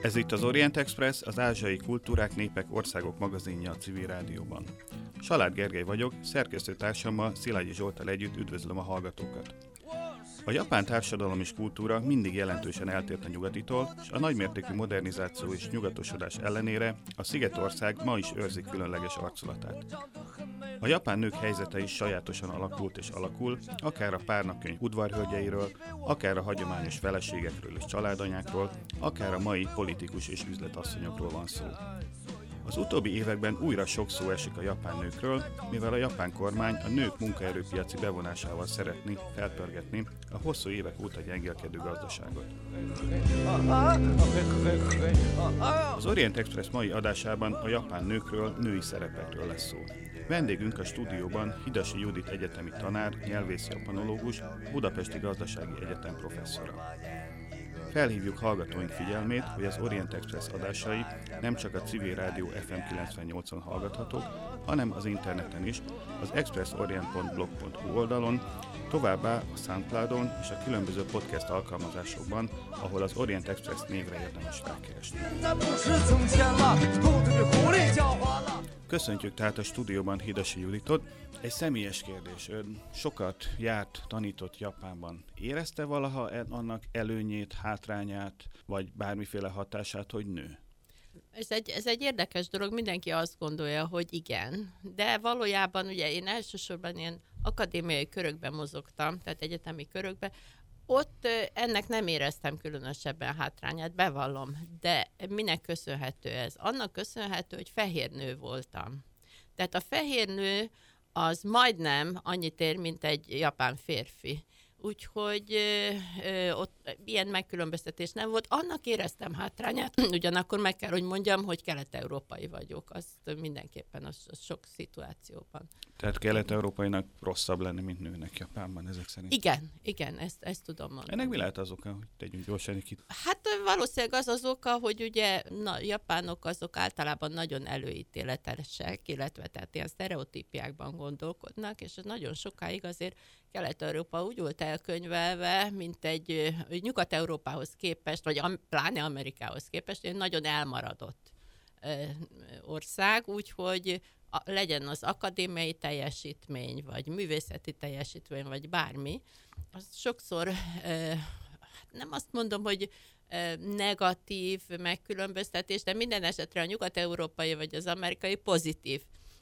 Ez itt az Orient Express, az ázsiai kultúrák, népek, országok magazinja a Civil Rádióban. Salád Gergely vagyok, szerkesztőtársammal Szilágyi Zsolttal együtt üdvözlöm a hallgatókat. A japán társadalom és kultúra mindig jelentősen eltért a nyugatitól, és a nagymértékű modernizáció és nyugatosodás ellenére a Szigetország ma is őrzi különleges arculatát. A japán nők helyzete is sajátosan alakult és alakul, akár a párnakönyv udvarhölgyeiről, akár a hagyományos feleségekről és családanyákról, akár a mai politikus és üzletasszonyokról van szó. Az utóbbi években újra sok szó esik a japán nőkről, mivel a japán kormány a nők munkaerőpiaci bevonásával szeretné felpörgetni a hosszú évek óta gyengélkedő gazdaságot. Az Orient Express mai adásában a japán nőkről, női szerepekről lesz szó. Vendégünk a stúdióban Hidashi Judit egyetemi tanár, nyelvész japanológus, Budapesti Gazdasági Egyetem professzora. Felhívjuk hallgatóink figyelmét, hogy az Orient Express adásai nem csak a Civil Rádió FM 98-on hallgathatók, hanem az interneten is, az expressorient.blog.hu oldalon, továbbá a Soundcloudon és a különböző podcast alkalmazásokban, ahol az Orient Express névre érdemes rákeresni. Köszöntjük tehát a stúdióban Hidashi Juditot. Egy személyes kérdés. Ön sokat járt, tanított Japánban. Érezte valaha annak előnyét, hátrányát, vagy bármiféle hatását, hogy nő? Ez egy érdekes dolog, mindenki azt gondolja, hogy igen, de valójában ugye én elsősorban ilyen akadémiai körökben mozogtam, tehát egyetemi körökben, ott ennek nem éreztem különösebben hátrányát, bevallom, de minek köszönhető ez? Annak köszönhető, hogy fehér nő voltam. Tehát a fehér nő az majdnem annyit ér, mint egy japán férfi. Úgyhogy ott ilyen megkülönböztetés nem volt. Annak éreztem hátrányát, ugyanakkor meg kell, hogy mondjam, hogy kelet-európai vagyok. Azt mindenképpen az sok szituációban. Tehát kelet-európainak rosszabb lenni, mint nőnek Japánban ezek szerint? Igen, ezt tudom mondani. Ennek mi lehet az oka, hogy tegyünk gyorsan egy Hát valószínűleg az oka, hogy ugye japánok azok általában nagyon előítéletesek, illetve tehát ilyen sztereotípiákban gondolkodnak, és nagyon sokáig azért Kelet-Európa úgy volt elkönyvelve, mint egy Nyugat-Európához képest, vagy pláne Amerikához képest, egy nagyon elmaradott ország, úgyhogy legyen az akadémiai teljesítmény, vagy művészeti teljesítmény, vagy bármi, az sokszor nem azt mondom, hogy negatív megkülönböztetés, de minden esetre a nyugat-európai vagy az amerikai pozitív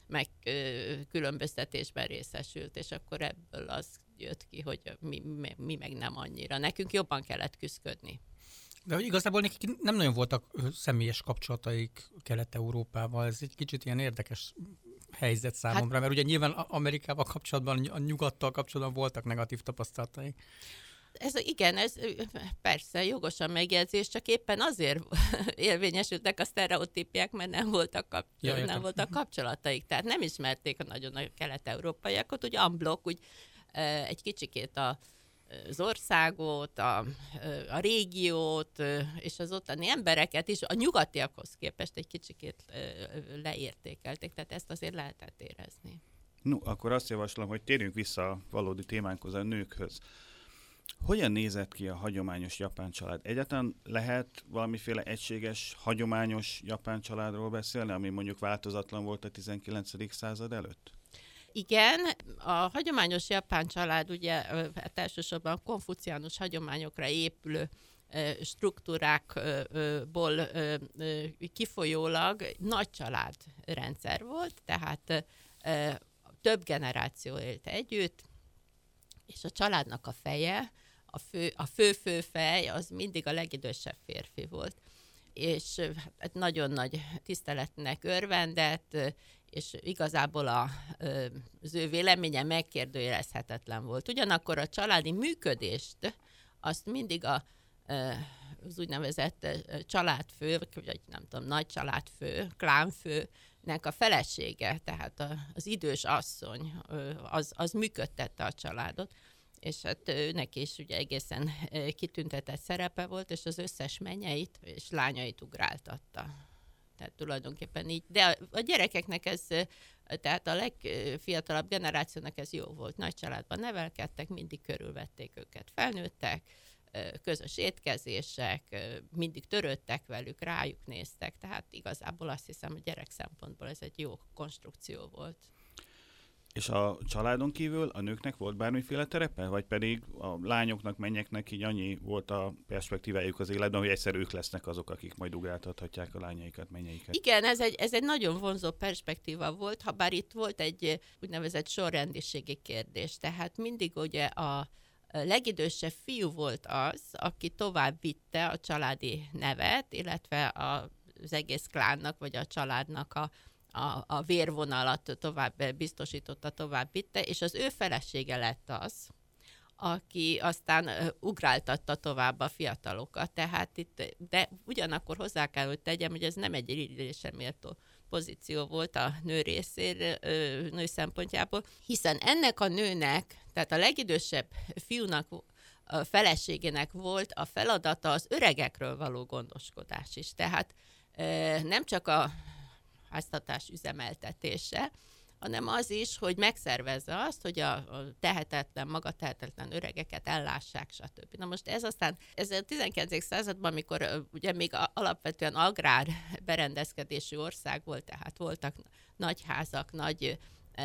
megkülönböztetésben részesült, és akkor ebből az jött ki, hogy mi meg nem annyira. Nekünk jobban kellett küszködni. De hogy igazából nekik nem nagyon voltak személyes kapcsolataik Kelet-Európával, ez egy kicsit ilyen érdekes helyzet számomra, mert ugye nyilván Amerikával kapcsolatban, a nyugattal kapcsolatban voltak negatív tapasztalataik. Ez persze jogosan megjegyzés, csak éppen azért érvényesültek a sztereotípiák, mert nem voltak kapcsolataik. Tehát nem ismerték nagyon a kelet-európaiakat, úgy unblock, úgy egy kicsikét az országot, a régiót, és az ottani embereket is a nyugatiakhoz képest egy kicsikét leértékelték, tehát ezt azért lehetett érezni. No, akkor azt javaslom, hogy térjünk vissza a valódi témánkhoz, a nőkhöz. Hogyan nézett ki a hagyományos japán család? Egyáltalán lehet valamiféle egységes, hagyományos japán családról beszélni, ami mondjuk változatlan volt a 19. század előtt? Igen, a hagyományos japán család ugye hát elsősorban a konfuciánus hagyományokra épülő struktúrákból kifolyólag nagy családrendszer volt, tehát több generáció élt együtt, és a családnak a feje, a fő-fő-fej az mindig a legidősebb férfi volt. És hát nagyon nagy tiszteletnek örvendett, és igazából az ő véleménye megkérdőjelezhetetlen volt. Ugyanakkor a családi működést azt mindig az úgynevezett családfő, vagy nem tudom, nagy családfő, klánfőnek a felesége, tehát az idős asszony, az működtette a családot, és hát neki is ugye egészen kitüntetett szerepe volt, és az összes menyeit és lányait ugráltatta. Tehát tulajdonképpen így. De a gyerekeknek ez, tehát a legfiatalabb generációnak ez jó volt. Nagy családban nevelkedtek, mindig körülvették őket. Felnőttek, közös étkezések, mindig törődtek velük, rájuk néztek, tehát igazából azt hiszem, hogy gyerek szempontból ez egy jó konstrukció volt. És a családon kívül a nőknek volt bármiféle terepe? Vagy pedig a lányoknak, mennyeknek így annyi volt a perspektívájuk az életben, hogy egyszer ők lesznek azok, akik majd ugráltathatják a lányaikat, mennyeiket? Igen, ez egy nagyon vonzó perspektíva volt, ha bár itt volt egy úgynevezett sorrendiségi kérdés. Tehát mindig ugye a legidősebb fiú volt az, aki tovább vitte a családi nevet, illetve az egész klánnak, vagy a családnak a vérvonalat tovább biztosította, tovább vitte, és az ő felesége lett az, aki aztán ugráltatta tovább a fiatalokat. Tehát itt, de ugyanakkor hozzá kell, hogy tegyem, hogy ez nem egy irigylésre méltó pozíció volt a nő részéről, nő szempontjából, hiszen ennek a nőnek, tehát a legidősebb fiúnak, a feleségének volt a feladata az öregekről való gondoskodás is. Tehát nem csak a háztartás üzemeltetése, hanem az is, hogy megszervezze azt, hogy a tehetetlen, magatehetetlen öregeket ellássák, stb. Na most ez aztán, ez a 19. században, amikor ugye még alapvetően agrár berendezkedésű ország volt, tehát voltak nagy házak, nagy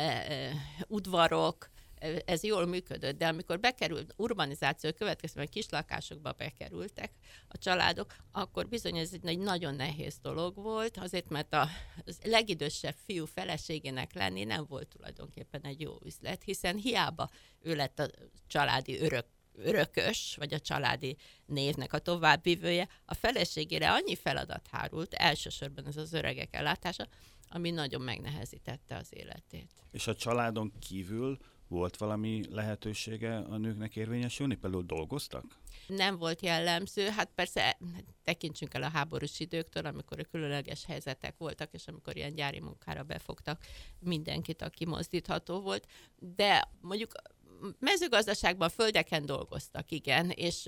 udvarok, ez jól működött, de amikor bekerült urbanizáció következtében kislakásokba bekerültek a családok, akkor bizony ez egy nagyon nehéz dolog volt, azért mert a legidősebb fiú feleségének lenni nem volt tulajdonképpen egy jó üzlet, hiszen hiába ő lett a családi örökös, vagy a családi névnek a továbbvivője, a feleségére annyi feladat hárult, elsősorban ez az öregek ellátása, ami nagyon megnehezítette az életét. És a családon kívül volt valami lehetősége a nőknek érvényesülni? Például dolgoztak? Nem volt jellemző, hát persze tekintsünk el a háborús időktől, amikor különleges helyzetek voltak, és amikor ilyen gyári munkára befogtak mindenkit, aki mozdítható volt, de mondjuk mezőgazdaságban, földeken dolgoztak, igen, és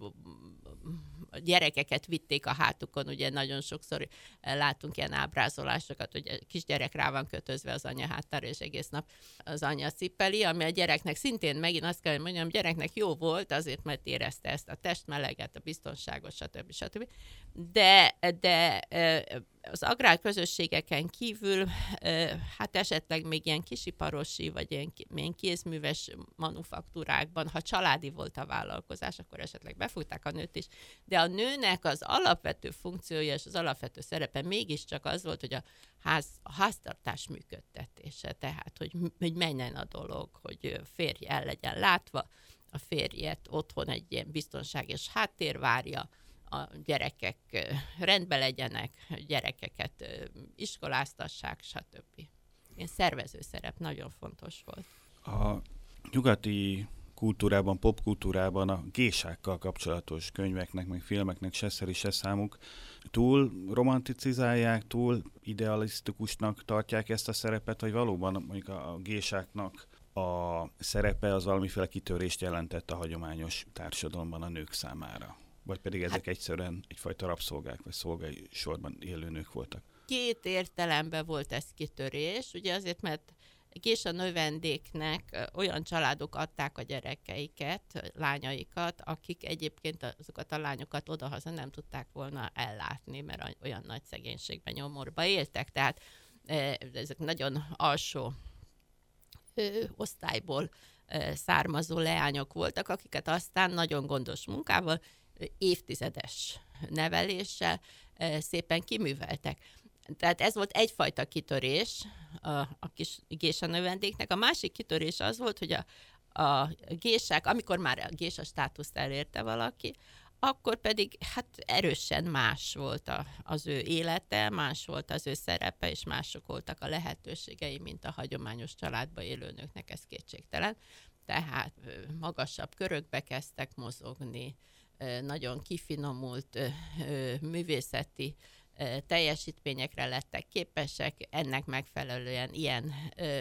a gyerekeket vitték a hátukon, ugye nagyon sokszor látunk ilyen ábrázolásokat, hogy a kisgyerek rá van kötözve az anya hátára, és egész nap az anya cipeli, ami a gyereknek szintén megint azt kell, hogy mondjam, a gyereknek jó volt, azért, mert érezte ezt a testmeleget, a biztonságot, stb. De az agrárközösségeken kívül, hát esetleg még ilyen kisiparosi, vagy ilyen kézműves manufaktúrákban, ha családi volt a vállalkozás, akkor esetleg befogták a nőt is, de a nőnek az alapvető funkciója és az alapvető szerepe mégiscsak az volt, hogy a háztartás működtetése, tehát hogy menjen a dolog, hogy férj el legyen látva, a férjet otthon egy ilyen biztonságos háttér várja, a gyerekek rendben legyenek, gyerekeket iskoláztassák, stb. Ilyen szervező szerep nagyon fontos volt. A nyugati kultúrában, popkultúrában a gésákkal kapcsolatos könyveknek, meg filmeknek se szeri, se számuk túl romanticizálják, túl idealisztikusnak tartják ezt a szerepet, vagy valóban mondjuk a gésáknak a szerepe az valamiféle kitörést jelentett a hagyományos társadalomban a nők számára? Vagy pedig ezek egyszerűen egyfajta rabszolgák, vagy szolgai sorban élő nők voltak? Két értelemben volt ez kitörés, ugye azért, mert gésa növendéknek olyan családok adták a gyerekeiket, lányaikat, akik egyébként azokat a lányokat odahaza nem tudták volna ellátni, mert olyan nagy szegénységben, nyomorba éltek. Tehát ezek nagyon alsó osztályból származó leányok voltak, akiket aztán nagyon gondos munkával, évtizedes neveléssel szépen kiműveltek. Tehát ez volt egyfajta kitörés a kis gésa növendéknek. A másik kitörés az volt, hogy a gésák, amikor már a gésa státuszt elérte valaki, akkor pedig hát erősen más volt az ő élete, más volt az ő szerepe, és mások voltak a lehetőségei, mint a hagyományos családba élő nőknek, ez kétségtelen. Tehát magasabb körökbe kezdtek mozogni, nagyon kifinomult művészeti teljesítményekre lettek képesek, ennek megfelelően ilyen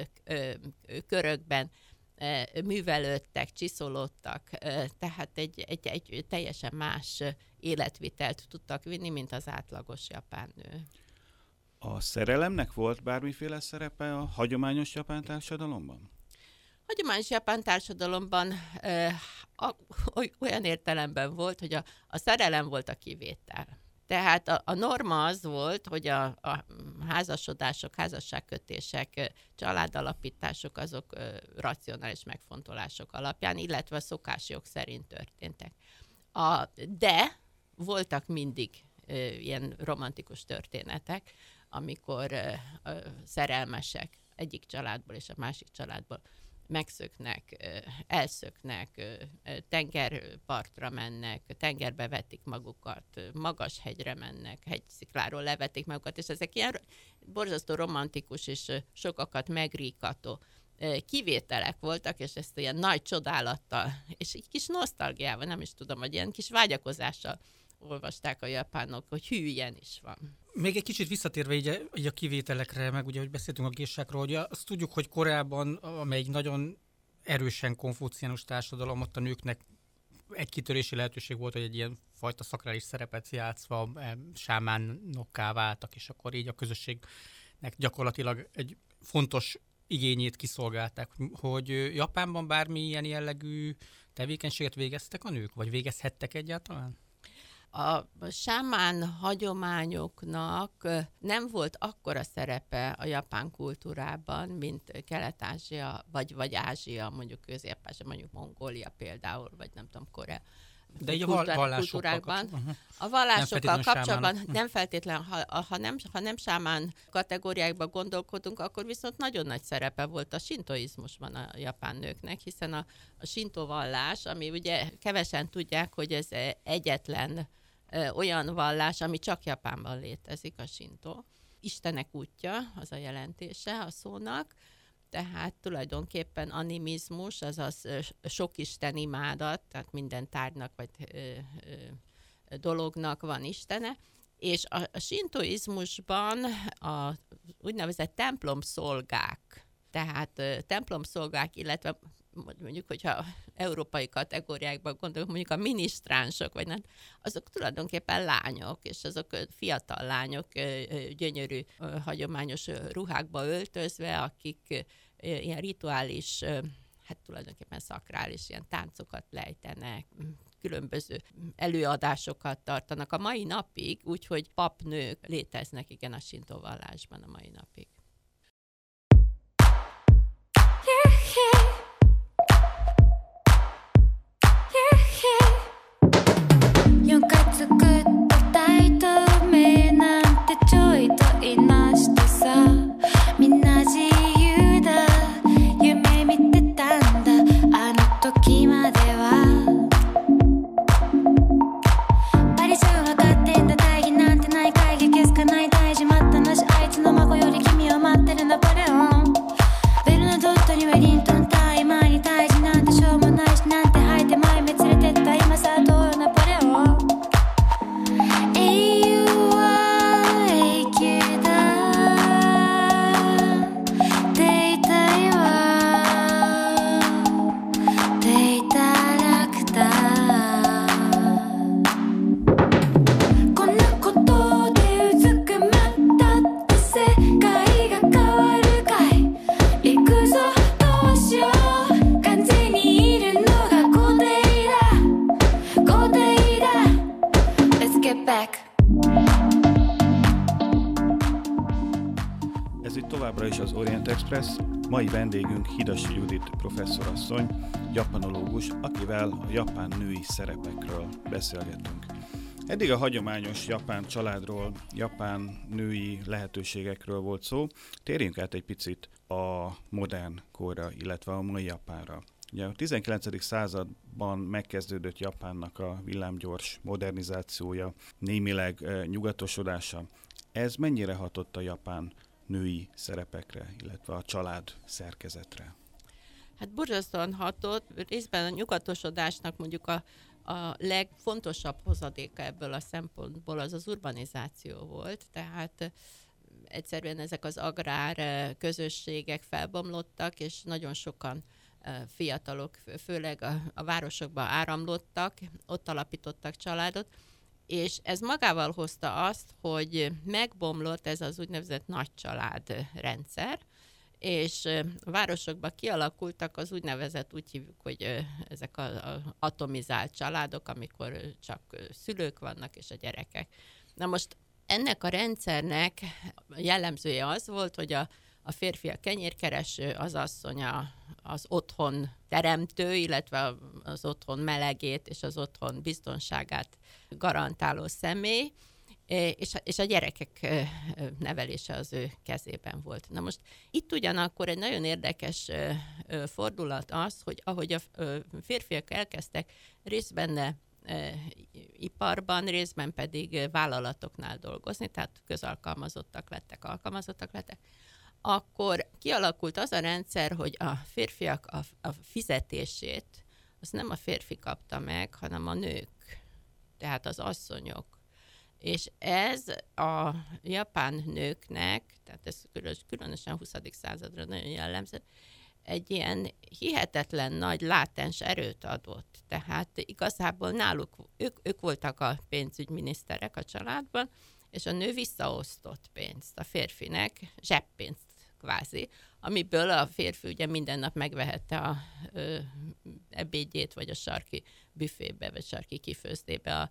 körökben művelődtek, csiszolódtak, tehát egy teljesen más életvitelt tudtak vinni, mint az átlagos japán nő. A szerelemnek volt bármiféle szerepe a hagyományos japán társadalomban? Hagyományos japán társadalomban olyan értelemben volt, hogy a szerelem volt a kivétel. Tehát a norma az volt, hogy a házasodások, házasságkötések, családalapítások azok racionális megfontolások alapján, illetve a szokásjog szerint történtek. De voltak mindig ilyen romantikus történetek, amikor szerelmesek egyik családból és a másik családból megszöknek, elszöknek, tengerpartra mennek, tengerbe vetik magukat, magas hegyre mennek, hegyszikláról levetik magukat, és ezek ilyen borzasztó romantikus és sokakat megríkató kivételek voltak, és ezt ilyen nagy csodálattal, és egy kis nosztalgiával, nem is tudom, hogy ilyen kis vágyakozással olvasták a japánok, hogy hű, ilyen is van. Még egy kicsit visszatérve így a kivételekre, meg ugye, hogy beszéltünk a gésákról, ugye azt tudjuk, hogy korábban, amely egy nagyon erősen konfuciánus társadalom, ott a nőknek egy kitörési lehetőség volt, hogy egy ilyen fajta szakrális szerepet játszva sámánokká váltak, és akkor így a közösségnek gyakorlatilag egy fontos igényét kiszolgálták. Hogy Japánban bármilyen jellegű tevékenységet végeztek a nők, vagy végezhettek egyáltalán? A sámán hagyományoknak nem volt akkora szerepe a japán kultúrában, mint Kelet-Ázsia, vagy Ázsia, mondjuk Közép-Ázsia, mondjuk Mongólia például, vagy nem tudom, Korea. De így a vallásokkal A vallásokkal kapcsolatban nem feltétlen, ha nem sámán kategóriákban gondolkodunk, akkor viszont nagyon nagy szerepe volt a sintoizmusban a japán nőknek, hiszen a sintó vallás, ami ugye kevesen tudják, hogy ez egyetlen olyan vallás, ami csak Japánban létezik, a sintó. Istenek útja, az a jelentése a szónak, tehát tulajdonképpen animizmus, azaz sok isten imádat, tehát minden tárgynak vagy dolognak van istene, és a sintoizmusban a úgynevezett templomszolgák, tehát templomszolgák, illetve mondjuk, hogyha európai kategóriákban gondolunk, mondjuk a minisztránsok, vagy nem, azok tulajdonképpen lányok, és azok fiatal lányok, gyönyörű, hagyományos ruhákba öltözve, akik ilyen rituális, hát tulajdonképpen szakrális ilyen táncokat lejtenek, különböző előadásokat tartanak a mai napig, úgyhogy papnők léteznek, igen, a sintó vallásban a mai napig. Mai vendégünk Hidasi Judit professzorasszony, japanológus, akivel a japán női szerepekről beszélgetünk. Eddig a hagyományos japán családról, japán női lehetőségekről volt szó. Térjünk át egy picit a modern korra, illetve a mai Japánra. Ugye a 19. században megkezdődött Japánnak a villámgyors modernizációja, némileg nyugatosodása. Ez mennyire hatott a japán női szerepekre, illetve a család szerkezetre? Hát borzasztóan hatott. Részben a nyugatosodásnak mondjuk a legfontosabb hozadéka ebből a szempontból az urbanizáció volt. Tehát egyszerűen ezek az agrár közösségek felbomlottak, és nagyon sokan fiatalok, főleg a városokba áramlottak, ott alapítottak családot, és ez magával hozta azt, hogy megbomlott ez az úgynevezett nagycsalád rendszer, és a városokban kialakultak az úgynevezett, úgy hívjuk, hogy ezek az atomizált családok, amikor csak szülők vannak és a gyerekek. Na most ennek a rendszernek jellemzője az volt, hogy a férfi a kenyérkereső, az asszony az otthon teremtő, illetve az otthon melegét és az otthon biztonságát garantáló személy, és a gyerekek nevelése az ő kezében volt. Na most itt ugyanakkor egy nagyon érdekes fordulat az, hogy ahogy a férfiak elkezdtek részben iparban, részben pedig vállalatoknál dolgozni, tehát közalkalmazottak lettek, akkor kialakult az a rendszer, hogy a férfiak a fizetését, azt nem a férfi kapta meg, hanem a nők, tehát az asszonyok. És ez a japán nőknek, tehát ez különösen a 20. századra nagyon jellemző, egy ilyen hihetetlen nagy látens erőt adott. Tehát igazából náluk, ők voltak a pénzügyminiszterek a családban, és a nő visszaosztott pénzt a férfinek, zseppénzt kvázi, amiből a férfi ugye minden nap megvehette a ebédjét, vagy a sarki büfébe, vagy sarki kifőzdébe,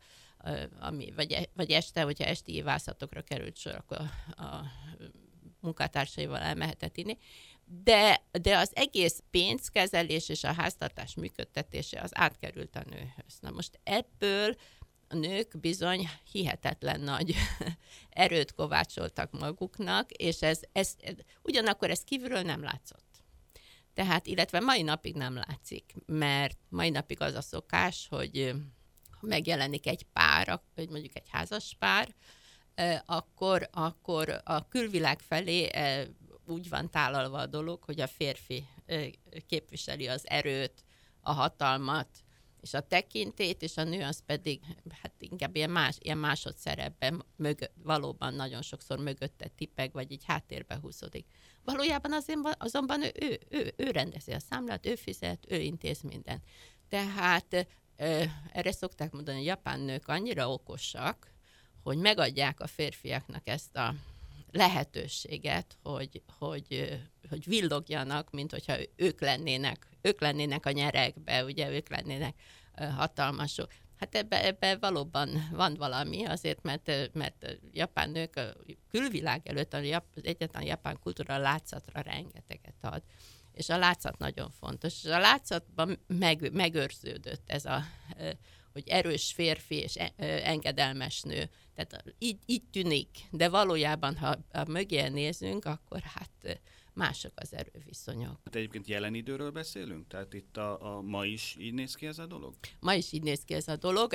vagy este, hogyha esti évászatokra került sor, akkor a munkatársaival elmehetett inni. De az egész pénzkezelés és a háztartás működtetése az átkerült a nőhöz. Na most ebből a nők bizony hihetetlen nagy erőt kovácsoltak maguknak, és ugyanakkor ez kívülről nem látszott. Tehát, illetve mai napig nem látszik, mert mai napig az a szokás, hogy ha megjelenik egy pár, vagy mondjuk egy házas pár, akkor a külvilág felé úgy van tálalva a dolog, hogy a férfi képviseli az erőt, a hatalmat, és a tekintélyt, és a nő az pedig hát inkább ilyen másodszerepben valóban nagyon sokszor mögötte tipeg, vagy így háttérbe húzódik. Valójában azonban ő rendezi a számlát, ő fizet, ő intéz mindent. Tehát erre szokták mondani, hogy a japán nők annyira okosak, hogy megadják a férfiaknak ezt a lehetőséget, hogy villogjanak, mint hogyha ők lennének a nyerekbe, ugye ők lennének hatalmasok. Hát ebbe valóban van valami, azért, mert japán nők a külvilág előtt az egyetlen japán kultúra látszatra rengeteget ad. És a látszat nagyon fontos. És a látszatban megőrződött ez hogy erős férfi és engedelmes nő. Tehát így tűnik, de valójában, ha mögé nézünk, akkor hát mások az erőviszonyok. Hát egyébként jelen időről beszélünk? Tehát itt a ma is így néz ki ez a dolog? Ma is így néz ki ez a dolog.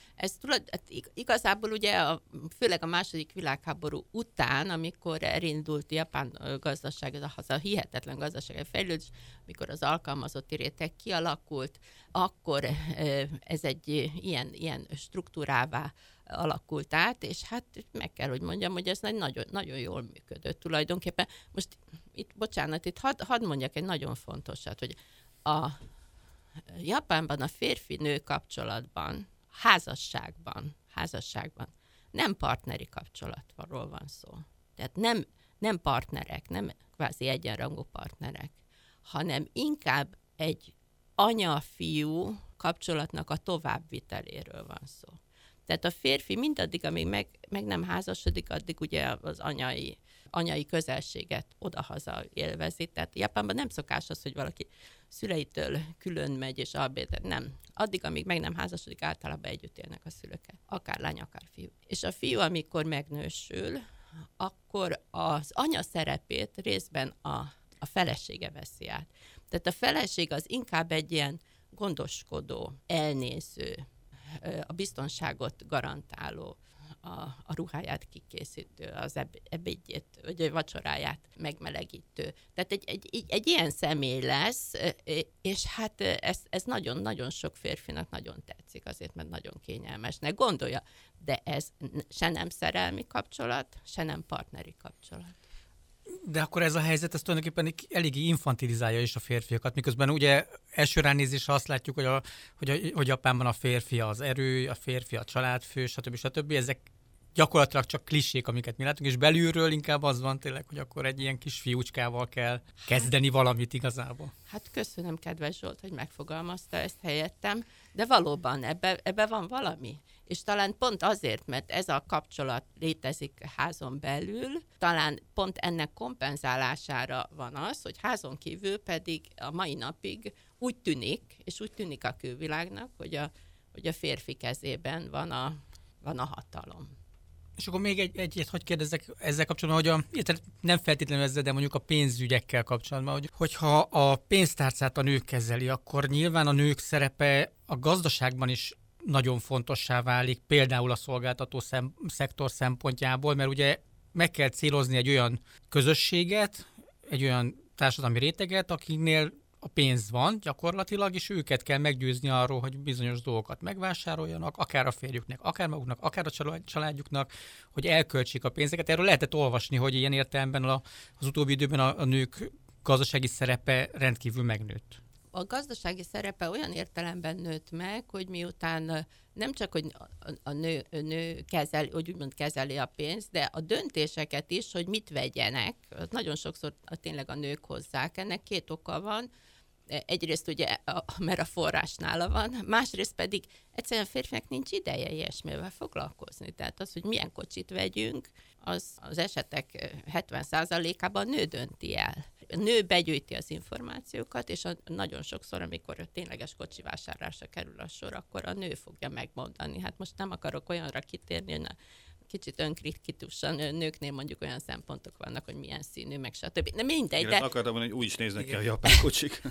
Igazából ugye főleg a második világháború után, amikor elindult Japán gazdaság, ez a hihetetlen gazdasági fejlődés, amikor az alkalmazotti réteg kialakult, akkor ez egy ilyen struktúrává alakult át, és hát meg kell, hogy mondjam, hogy ez nagyon, nagyon jól működött tulajdonképpen. Most itt hadd mondjak egy nagyon fontosat, hogy a Japánban a férfi-nő kapcsolatban, házasságban nem partneri kapcsolatról van szó. Tehát nem partnerek, nem kvázi egyenrangú partnerek, hanem inkább egy anya-fiú kapcsolatnak a továbbviteléről van szó. Tehát a férfi mindaddig, amíg meg nem házasodik, addig ugye az anyai közelséget odahaza élvezi. Tehát Japánban nem szokás az, hogy valaki szüleitől külön megy és albélet. Nem. Addig, amíg meg nem házasodik, általában együtt élnek a szülőkkel. Akár lány, akár fiú. És a fiú, amikor megnősül, akkor az anya szerepét részben a felesége veszi át. Tehát a feleség az inkább egy ilyen gondoskodó, elnéző, a biztonságot garantáló, a ruháját kikészítő, az ebédjét, vagy a vacsoráját megmelegítő. Tehát egy ilyen személy lesz, és hát ez nagyon-nagyon sok férfinak nagyon tetszik, azért, mert nagyon kényelmesnek gondolja. De ez se nem szerelmi kapcsolat, se nem partneri kapcsolat. De akkor ez a helyzet, ez tulajdonképpen eléggé infantilizálja is a férfiakat, miközben ugye első ránézésre azt látjuk, hogy Japánban a férfi az erő, a férfi a családfő, stb. Ezek gyakorlatilag csak klisék, amiket mi látunk, és belülről inkább az van tényleg, hogy akkor egy ilyen kis fiúcskával kell kezdeni valamit igazából. Hát köszönöm, kedves Zsolt, hogy megfogalmazta ezt helyettem, de valóban ebbe van valami. És talán pont azért, mert ez a kapcsolat létezik házon belül, talán pont ennek kompenzálására van az, hogy házon kívül pedig a mai napig úgy tűnik, és úgy tűnik a külvilágnak, hogy a férfi kezében van a hatalom. És akkor még egyet, hogy kérdezzek ezzel kapcsolatban, hogy nem feltétlenül ezzel, de mondjuk a pénzügyekkel kapcsolatban, hogyha a pénztárcát a nők kezeli, akkor nyilván a nők szerepe a gazdaságban is nagyon fontossá válik, például a szolgáltató szektor szempontjából, mert ugye meg kell célozni egy olyan közösséget, egy olyan társadalmi réteget, akiknél a pénz van gyakorlatilag, és őket kell meggyőzni arról, hogy bizonyos dolgokat megvásároljanak, akár a férjüknek, akár maguknak, akár a családjuknak, hogy elköltsék a pénzeket. Erről lehetett olvasni, hogy ilyen értelemben az utóbbi időben a nők gazdasági szerepe rendkívül megnőtt. A gazdasági szerepe olyan értelemben nőtt meg, hogy miután nem csak, hogy a nő kezeli, hogy úgymond kezeli a pénzt, de a döntéseket is, hogy mit vegyenek, nagyon sokszor tényleg a nők hozzák. Ennek két oka van. Egyrészt ugye, mert a forrás nála van, másrészt pedig egyszerűen a férfinek nincs ideje ilyesmivel foglalkozni. Tehát az, hogy milyen kocsit vegyünk, az esetek 70%-ában a nő dönti el. A nő begyűjti az információkat, és nagyon sokszor, amikor a tényleges kocsivásárlásra kerül a sor, akkor a nő fogja megmondani. Hát most nem akarok olyanra kitérni, hogy kicsit önkritikusan nőknél mondjuk olyan szempontok vannak, hogy milyen színű, meg stb. De mindegy. Én akartam mondani, hogy úgy is néznek ki a japán kocsik.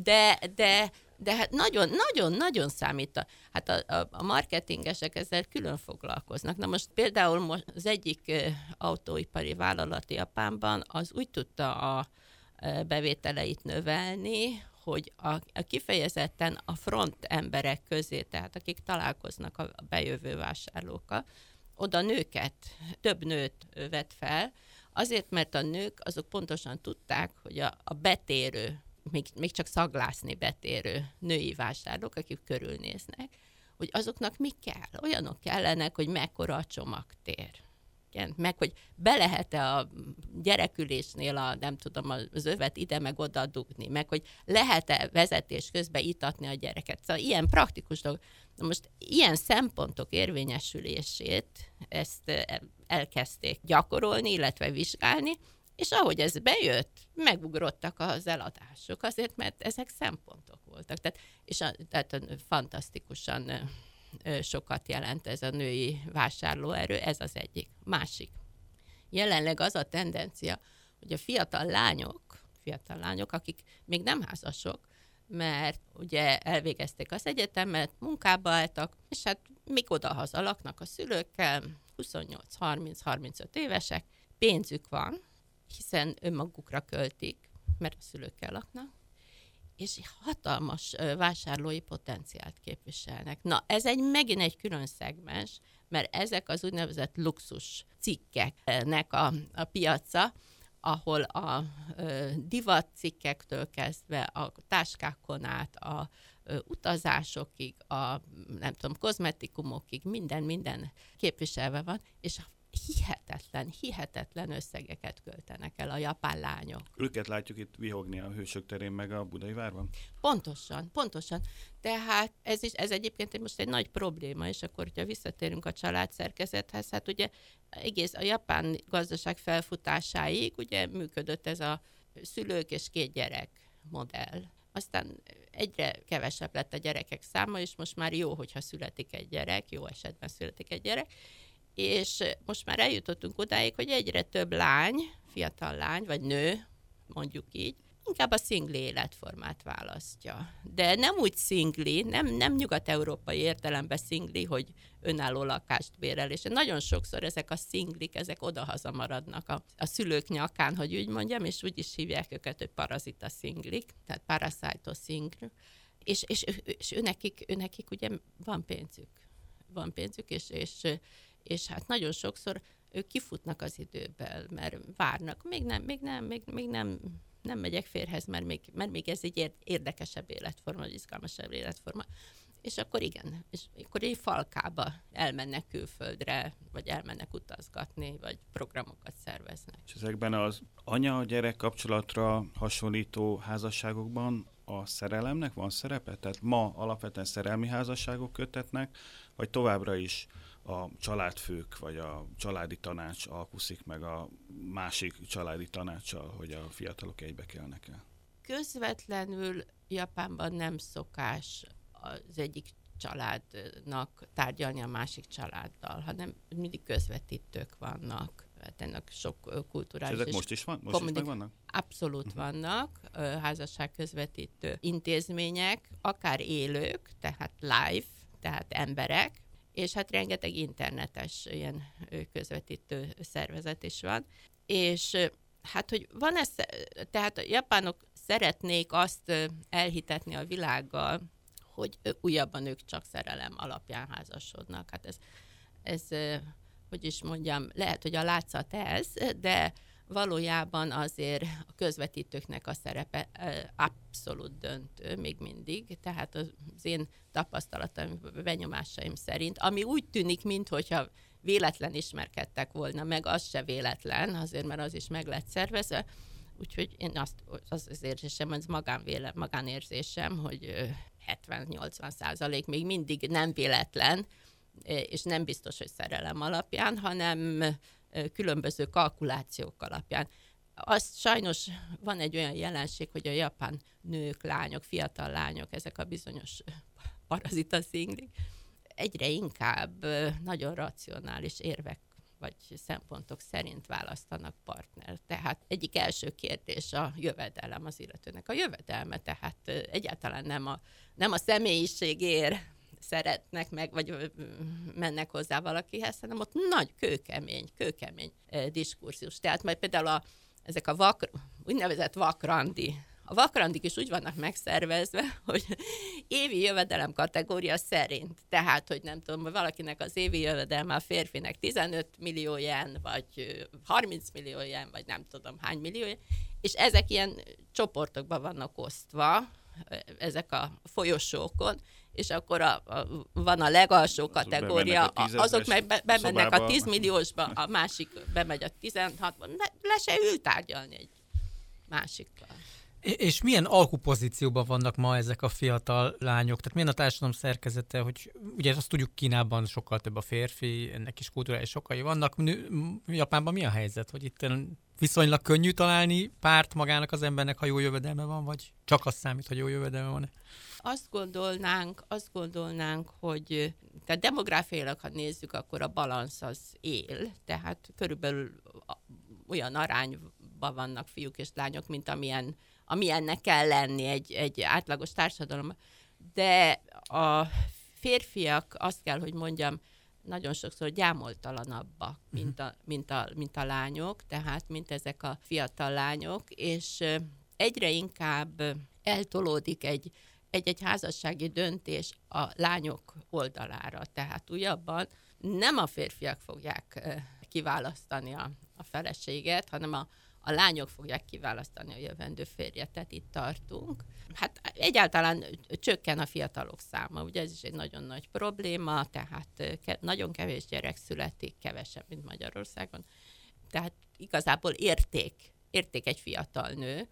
De hát nagyon számít. Hát a marketingesek ezzel külön foglalkoznak. Na most például az egyik autóipari vállalat Japánban az úgy tudta a bevételeit növelni, hogy a kifejezetten a front emberek közé, tehát akik találkoznak a bejövő vásárlókkal, oda több nőt vett fel, azért, mert a nők azok pontosan tudták, hogy a betérő, még csak szaglászni betérő női vásárlók, akik körülnéznek, hogy azoknak mi kell? Olyanok kellenek, hogy mekkora a csomagtér. Igen, meg hogy be lehet-e a gyerekülésnél nem tudom, az övet ide meg oda dugni, meg hogy lehet-e vezetés közben itatni a gyereket. Szóval ilyen praktikus dolgok. Na most ilyen szempontok érvényesülését ezt elkezdték gyakorolni, illetve vizsgálni, és ahogy ez bejött, megugrottak az eladások, azért, mert ezek szempontok voltak. Tehát fantasztikusan sokat jelent ez a női vásárlóerő, ez az egyik. Másik. Jelenleg az a tendencia, hogy a fiatal lányok, akik még nem házasok, mert ugye elvégezték az egyetemet, munkába álltak, és hát még odahaza laknak a szülőkkel, 28-30-35 évesek, pénzük van, hiszen önmagukra költik, mert a szülőkkel laknak, és hatalmas vásárlói potenciált képviselnek. Na, ez megint egy külön szegmens, mert ezek az úgynevezett luxus cikkeknek a piaca, ahol a divat cikkektől kezdve a táskákon át, a utazásokig, a nem tudom, kozmetikumokig, minden képviselve van, és hihetetlen összegeket költenek el a japán lányok. Őket látjuk itt vihogni a Hősök terén, meg a Budai várban? Pontosan. Tehát ez egyébként most egy nagy probléma, és akkor, hogyha visszatérünk a családszerkezethez, hát ugye egész a japán gazdaság felfutásáig ugye működött ez a szülők és 2 gyerek modell. Aztán egyre kevesebb lett a gyerekek száma, és most már jó, hogyha születik egy gyerek, jó esetben születik egy gyerek, és most már eljutottunk odáig, hogy egyre több fiatal lány, vagy nő, mondjuk így, inkább a szingli életformát választja. De nem úgy szingli, nem nyugat-európai értelemben szingli, hogy önálló lakást bérel, és nagyon sokszor ezek a szinglik, ezek odahaza maradnak a szülők nyakán, hogy úgy mondjam, és úgy is hívják őket, hogy parazita szinglik, tehát parasito szingl, és őnekik ugye van pénzük, és hát nagyon sokszor ők kifutnak az időből, mert várnak. Még nem megyek férjhez, mert még ez egy érdekesebb életforma, vagy izgalmasabb életforma. És akkor igen, és akkor egy falkába elmennek külföldre, vagy elmennek utazgatni, vagy programokat szerveznek. És ezekben az anya-gyerek kapcsolatra hasonlító házasságokban a szerelemnek van szerepe? Tehát ma alapvetően szerelmi házasságok kötetnek, vagy továbbra is a családfők, vagy a családi tanács alkuszik meg a másik családi tanácssal, hogy a fiatalok egybekelnek el? Közvetlenül Japánban nem szokás az egyik családnak tárgyalni a másik családdal, hanem mindig közvetítők vannak. Hát ennek sok kulturális... És ezek most is megvannak? Abszolút vannak házasságközvetítő intézmények, akár élők, tehát live, tehát emberek, és hát rengeteg internetes ilyen közvetítő szervezet is van. És hát, hogy van ez, tehát a japánok szeretnék azt elhitetni a világgal, hogy újabban ők csak szerelem alapján házasodnak. Hát ez hogy is mondjam, lehet, hogy a látszat ez, de valójában azért a közvetítőknek a szerepe abszolút döntő még mindig. Tehát az én tapasztalataim, benyomásaim szerint, ami úgy tűnik, minthogyha véletlen ismerkedtek volna, meg az se véletlen, azért, mert az is meg lett szervezve. Úgyhogy én az érzésem, az magánérzésem, hogy 70-80% még mindig nem véletlen, és nem biztos, hogy szerelem alapján, hanem különböző kalkulációk alapján. Az sajnos van egy olyan jelenség, hogy a japán nők, lányok, fiatal lányok, ezek a bizonyos parazita szinglik, egyre inkább nagyon racionális érvek vagy szempontok szerint választanak partnert. Tehát egyik első kérdés a jövedelem az illetőnek. A jövedelme, tehát egyáltalán nem a személyiségért szeretnek meg, vagy mennek hozzá valakihez, hanem ott nagy kőkemény diskurzus. Tehát majd például ezek a úgynevezett vakrandi. A vakrandik is úgy vannak megszervezve, hogy évi jövedelem kategória szerint. Tehát, hogy nem tudom, valakinek az évi jövedelme a férfinek 15 millió jen, vagy 30 millió jen, vagy nem tudom hány millió jen, és ezek ilyen csoportokban vannak osztva, ezek a folyosókon, és akkor van a legalsó kategória, azok meg bemennek a 10 milliósba, a másik bemegy a 16-ba, le se ül tárgyalni egy másikkal. És milyen alkupozícióban vannak ma ezek a fiatal lányok? Tehát milyen a társadalom szerkezete, hogy ugye azt tudjuk, Kínában sokkal több a férfi, ennek is kulturális okai vannak. Japánban mi a helyzet, hogy itt viszonylag könnyű találni párt magának az embernek, ha jó jövedelme van, vagy csak az számít, hogy jó jövedelme van? Azt gondolnánk, hogy tehát demográfiailag, ha nézzük, akkor a balansz az él, tehát körülbelül olyan arányban vannak fiúk és lányok, mint amilyennek kell lenni egy átlagos társadalomban. De a férfiak, azt kell, hogy mondjam, nagyon sokszor gyámoltalanabbak, mint a lányok, tehát mint ezek a fiatal lányok, és egyre inkább eltolódik egy házassági döntés a lányok oldalára. Tehát újabban nem a férfiak fogják kiválasztani a feleséget, hanem a lányok fogják kiválasztani a jövendő férjet, tehát itt tartunk. Hát egyáltalán csökken a fiatalok száma, ugye ez is egy nagyon nagy probléma, tehát nagyon kevés gyerek születik, kevesebb, mint Magyarországon. Tehát igazából érték egy fiatal nő,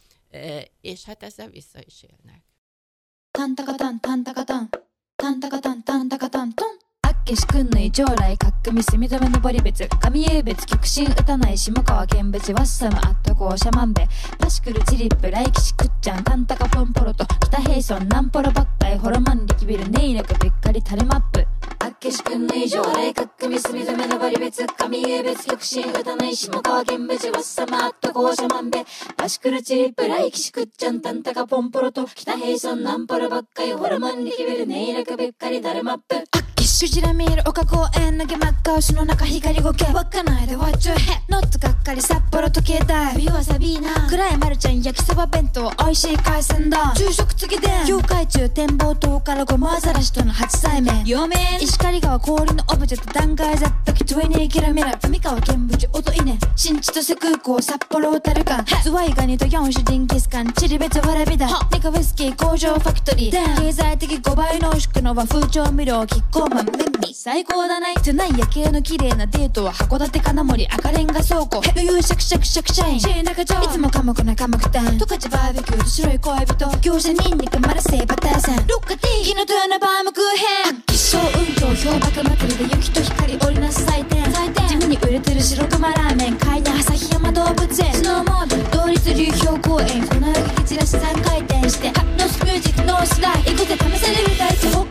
és hát ezzel vissza is élnek. Tantakatan, tantakatan, tantakatan, tantakatan, ton. 激しくんぬい将来かっくみすみ止め登り別神英別極真打たない下川見物ワッサムアットゴーシャマンベパシクルチリップ来騎士くっちゃんタンタカポンポロと北平村ナンポロばっかいホロマン力ビルネイレクべっかりタレマップ激しくんぬい将来かっくみすみ止め登り別神英別極真打たない下川見物ワッサムアットゴーシャマンベパシクルチリップ来騎士くっちゃんタンタカポンポロと北平村ナンポロばっかいホロマン力ビルネイレクべっかりタレマップクジラ見る丘公園投げ真っ赤牛の中光ごけ稚内で Watch your head ノットがっかり札幌時計台冬はサビーナ暗いマルちゃん焼きそば弁当美味しい海鮮丼昼食次で業界中展望塔からごまアザラシとの初対面陽明石狩川氷のオブジェと断崖絶壁20キロミラ上川見淵音稲新千歳空港札幌小樽間ズワイガニと4種ジンギスカンチリ別わらびだネカウイスキー工場ファクトリー経済的5倍濃縮の和風調味料キッコーマンメンミ最高だないトゥナイ夜景の綺麗なデートは函館金森赤レンガ倉庫余裕シャクシャクシャクシャインシェー中町いつも寡黙な寡黙店十勝バーベキューと白い恋人業者ニンニクマルセイバターさんロッカティー火の豊のバームクーヘン気象運動氷瀑祭りで雪と光織りなす祭典地味に売れてる白熊ラーメン海南旭山動物園スノーモード同立流氷公園粉雪蹴散らし3回転してノースミュージックノースライ行くぜ試される大地北海道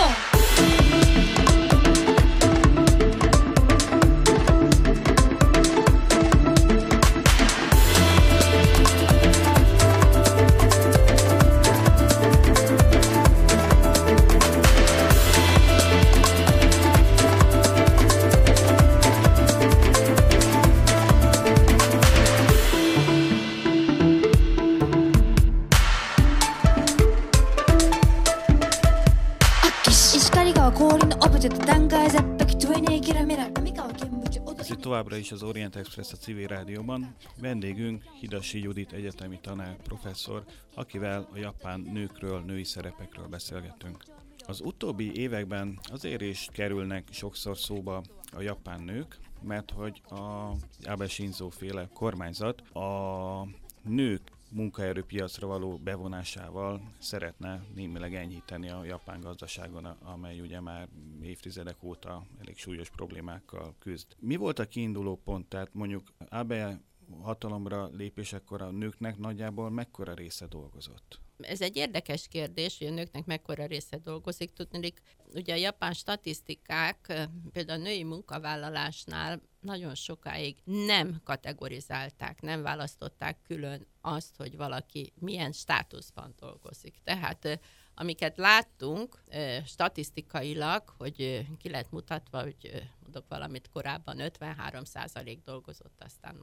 Ez itt továbbra is az Orient Express a civil rádióban. Vendégünk Hidasi Judit egyetemi tanár, professzor, akivel a japán nőkről, női szerepekről beszélgetünk. Az utóbbi években azért is kerülnek sokszor szóba a japán nők, mert hogy a Abe Shinzo féle kormányzat a nők munkaerőpiacra való bevonásával szeretne némileg enyhíteni a japán gazdaságon, amely ugye már évtizedek óta elég súlyos problémákkal küzd. Mi volt a kiinduló pont? Tehát mondjuk Abe hatalomra lépésekor a nőknek nagyjából mekkora része dolgozott? Ez egy érdekes kérdés, hogy a nőknek mekkora része dolgozik. Tudnék, ugye a japán statisztikák például a női munkavállalásnál nagyon sokáig nem kategorizálták, nem választották külön azt, hogy valaki milyen státuszban dolgozik. Tehát amiket láttunk statisztikailag, hogy ki lett mutatva, hogy mondok valamit korábban 53% dolgozott, aztán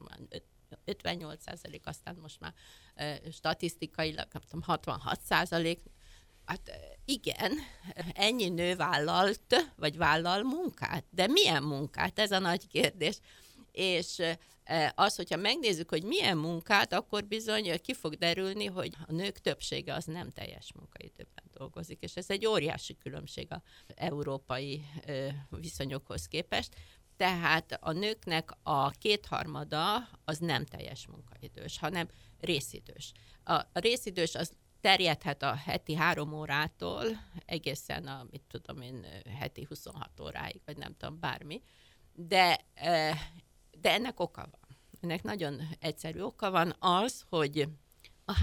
58%, aztán most már statisztikailag, nem tudom, 66%. Hát igen, ennyi nő vállalt, vagy vállal munkát, de milyen munkát? Ez a nagy kérdés. És az, hogyha megnézzük, hogy milyen munkát, akkor bizony ki fog derülni, hogy a nők többsége az nem teljes munkaidőben dolgozik, és ez egy óriási különbség az európai viszonyokhoz képest. Tehát a nőknek a 2/3 az nem teljes munkaidős, hanem részidős. A részidős az terjedhet a heti 3 órától egészen a, mit tudom én, heti 26 óráig, vagy nem tudom, bármi. De ennek oka van. Ennek nagyon egyszerű oka van az, hogy a